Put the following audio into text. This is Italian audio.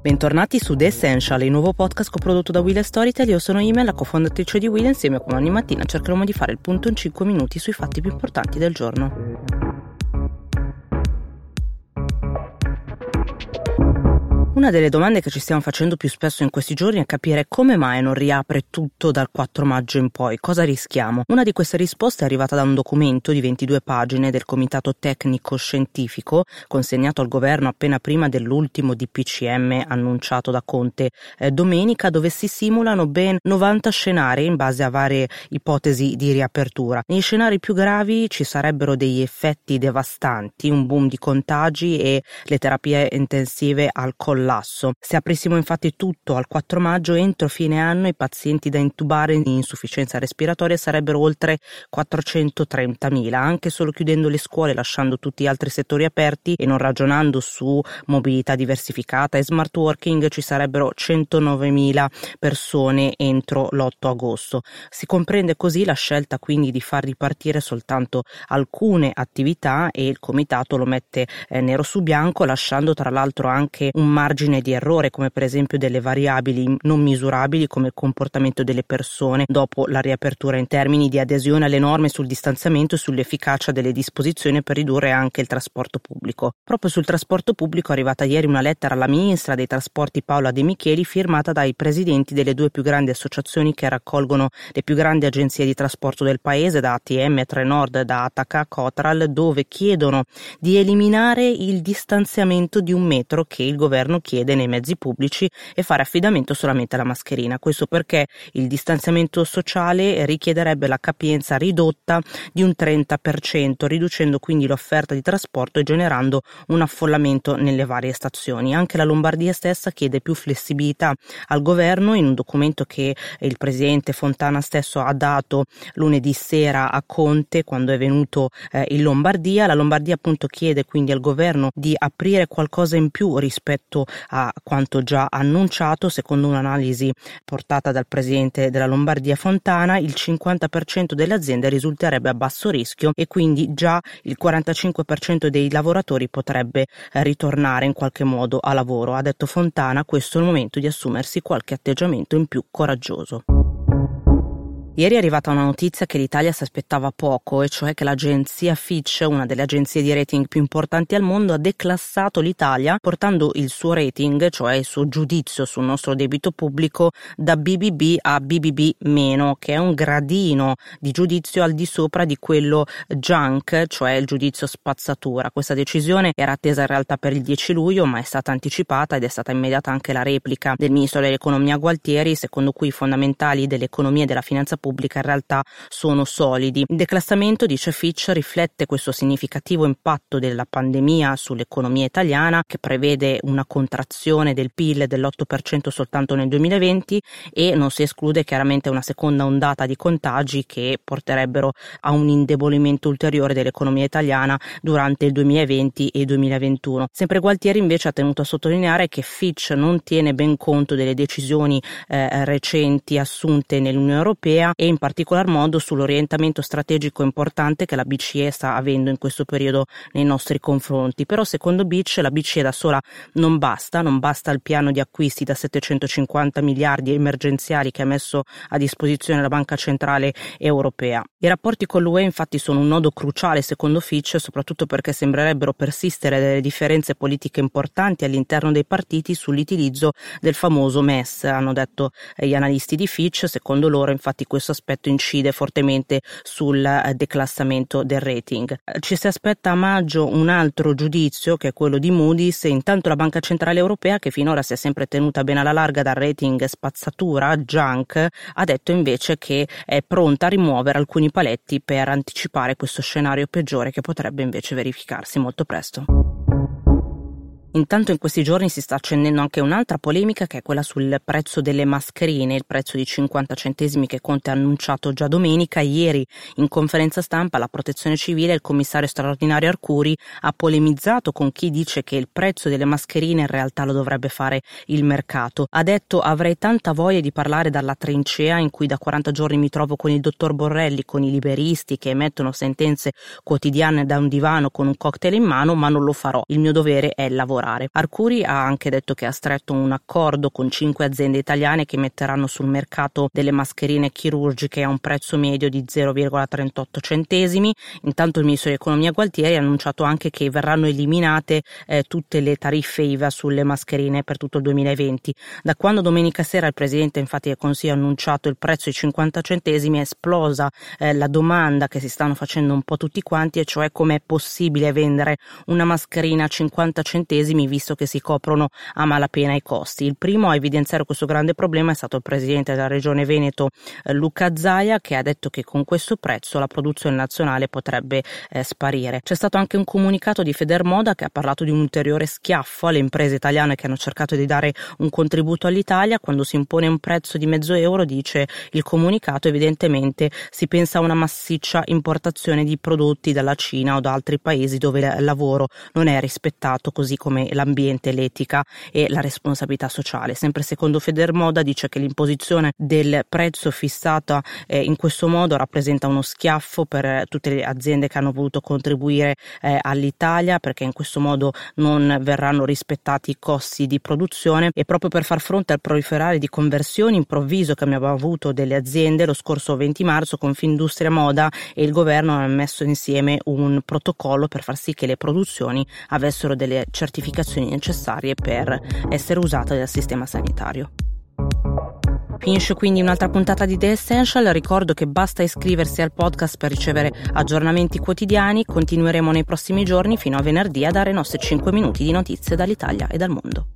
Bentornati su The Essential, il nuovo podcast coprodotto da Will & Storytel. Io sono Ime, la cofondatrice di Will, e insieme come ogni mattina cercheremo di fare il punto in 5 minuti sui fatti più importanti del giorno. Una delle domande che ci stiamo facendo più spesso in questi giorni è capire come mai non riapre tutto dal 4 maggio in poi, cosa rischiamo? Una di queste risposte è arrivata da un documento di 22 pagine del Comitato Tecnico Scientifico consegnato al governo appena prima dell'ultimo DPCM annunciato da Conte domenica, dove si simulano ben 90 scenari in base a varie ipotesi di riapertura. Negli scenari più gravi ci sarebbero degli effetti devastanti, un boom di contagi e le terapie intensive al collasso. Se aprissimo infatti tutto al 4 maggio, entro fine anno i pazienti da intubare in insufficienza respiratoria sarebbero oltre 430.000, anche solo chiudendo le scuole, lasciando tutti gli altri settori aperti e non ragionando su mobilità diversificata e smart working, ci sarebbero 109.000 persone entro l'8 agosto. Si comprende così la scelta quindi di far ripartire soltanto alcune attività, e il comitato lo mette nero su bianco, lasciando tra l'altro anche un margine di errore, come per esempio delle variabili non misurabili come il comportamento delle persone dopo la riapertura in termini di adesione alle norme sul distanziamento e sull'efficacia delle disposizioni per ridurre anche il trasporto pubblico. Proprio sul trasporto pubblico è arrivata ieri una lettera alla ministra dei trasporti Paola De Micheli, firmata dai presidenti delle due più grandi associazioni che raccolgono le più grandi agenzie di trasporto del paese, da ATM a Trenord, da Ataca a Cotral, dove chiedono di eliminare il distanziamento di 1 metro che il governo chiede nei mezzi pubblici e fare affidamento solamente alla mascherina. Questo perché il distanziamento sociale richiederebbe la capienza ridotta di un 30%, riducendo quindi l'offerta di trasporto e generando un affollamento nelle varie stazioni. Anche la Lombardia stessa chiede più flessibilità al governo. In un documento che il presidente Fontana stesso ha dato lunedì sera a Conte quando è venuto in Lombardia, la Lombardia appunto chiede quindi al governo di aprire qualcosa in più rispetto a quanto già annunciato. Secondo un'analisi portata dal presidente della Lombardia Fontana, il 50% delle aziende risulterebbe a basso rischio e quindi già il 45% dei lavoratori potrebbe ritornare in qualche modo a lavoro. Ha detto Fontana: questo è il momento di assumersi qualche atteggiamento in più coraggioso. Ieri è arrivata una notizia che l'Italia si aspettava poco, e cioè che l'agenzia Fitch, una delle agenzie di rating più importanti al mondo, ha declassato l'Italia, portando il suo rating, cioè il suo giudizio sul nostro debito pubblico, da BBB a BBB-, che è un gradino di giudizio al di sopra di quello junk, cioè il giudizio spazzatura. Questa decisione era attesa in realtà per il 10 luglio, ma è stata anticipata ed è stata immediata anche la replica del ministro dell'economia Gualtieri, secondo cui i fondamentali dell'economia e della finanza pubblica in realtà sono solidi. Il declassamento, dice Fitch, riflette questo significativo impatto della pandemia sull'economia italiana, che prevede una contrazione del PIL dell'8% soltanto nel 2020, e non si esclude chiaramente una seconda ondata di contagi che porterebbero a un indebolimento ulteriore dell'economia italiana durante il 2020 e 2021. Sempre Gualtieri invece ha tenuto a sottolineare che Fitch non tiene ben conto delle decisioni recenti assunte nell'Unione Europea, e in particolar modo sull'orientamento strategico importante che la BCE sta avendo in questo periodo nei nostri confronti. Però secondo la BCE da sola non basta il piano di acquisti da 750 miliardi emergenziali che ha messo a disposizione la Banca Centrale Europea. I rapporti con l'UE infatti sono un nodo cruciale secondo Fitch, soprattutto perché sembrerebbero persistere delle differenze politiche importanti all'interno dei partiti sull'utilizzo del famoso MES, hanno detto gli analisti di Fitch. Secondo loro infatti questo aspetto incide fortemente sul declassamento del rating. Ci si aspetta a maggio un altro giudizio, che è quello di Moody's, e intanto la Banca Centrale Europea, che finora si è sempre tenuta ben alla larga dal rating spazzatura, junk, ha detto invece che è pronta a rimuovere alcuni paletti per anticipare questo scenario peggiore che potrebbe invece verificarsi molto presto. Intanto in questi giorni si sta accendendo anche un'altra polemica, che è quella sul prezzo delle mascherine, il prezzo di 50 centesimi che Conte ha annunciato già domenica. Ieri in conferenza stampa la Protezione Civile e il commissario straordinario Arcuri ha polemizzato con chi dice che il prezzo delle mascherine in realtà lo dovrebbe fare il mercato. Ha detto: avrei tanta voglia di parlare dalla trincea in cui da 40 giorni mi trovo con il dottor Borrelli, con i liberisti che emettono sentenze quotidiane da un divano con un cocktail in mano, ma non lo farò. Il mio dovere è lavorare. lavorare. Arcuri ha anche detto che ha stretto un accordo con 5 aziende italiane che metteranno sul mercato delle mascherine chirurgiche a un prezzo medio di 0,38 centesimi. Intanto il ministro dell'economia Gualtieri ha annunciato anche che verranno eliminate tutte le tariffe IVA sulle mascherine per tutto il 2020. Da quando domenica sera il Presidente infatti del Consiglio ha annunciato il prezzo di 50 centesimi è esplosa la domanda che si stanno facendo un po' tutti quanti, e cioè com'è possibile vendere una mascherina a 50 centesimi visto che si coprono a malapena i costi. Il primo a evidenziare questo grande problema è stato il Presidente della Regione Veneto Luca Zaia, che ha detto che con questo prezzo la produzione nazionale potrebbe sparire. C'è stato anche un comunicato di Federmoda che ha parlato di un ulteriore schiaffo alle imprese italiane che hanno cercato di dare un contributo all'Italia. Quando si impone un prezzo di €0,5, dice il comunicato, evidentemente si pensa a una massiccia importazione di prodotti dalla Cina o da altri paesi dove il lavoro non è rispettato, così come l'ambiente, l'etica e la responsabilità sociale. Sempre secondo Federmoda dice che l'imposizione del prezzo fissata in questo modo rappresenta uno schiaffo per tutte le aziende che hanno voluto contribuire all'Italia, perché in questo modo non verranno rispettati i costi di produzione, e proprio per far fronte al proliferare di conversioni improvviso che abbiamo avuto delle aziende lo scorso 20 marzo Confindustria Moda e il governo hanno messo insieme un protocollo per far sì che le produzioni avessero delle certificazioni necessarie per essere usate dal sistema sanitario. Finisce quindi un'altra puntata di The Essential. Ricordo che basta iscriversi al podcast per ricevere aggiornamenti quotidiani. Continueremo nei prossimi giorni fino a venerdì a dare i nostri 5 minuti di notizie dall'Italia e dal mondo.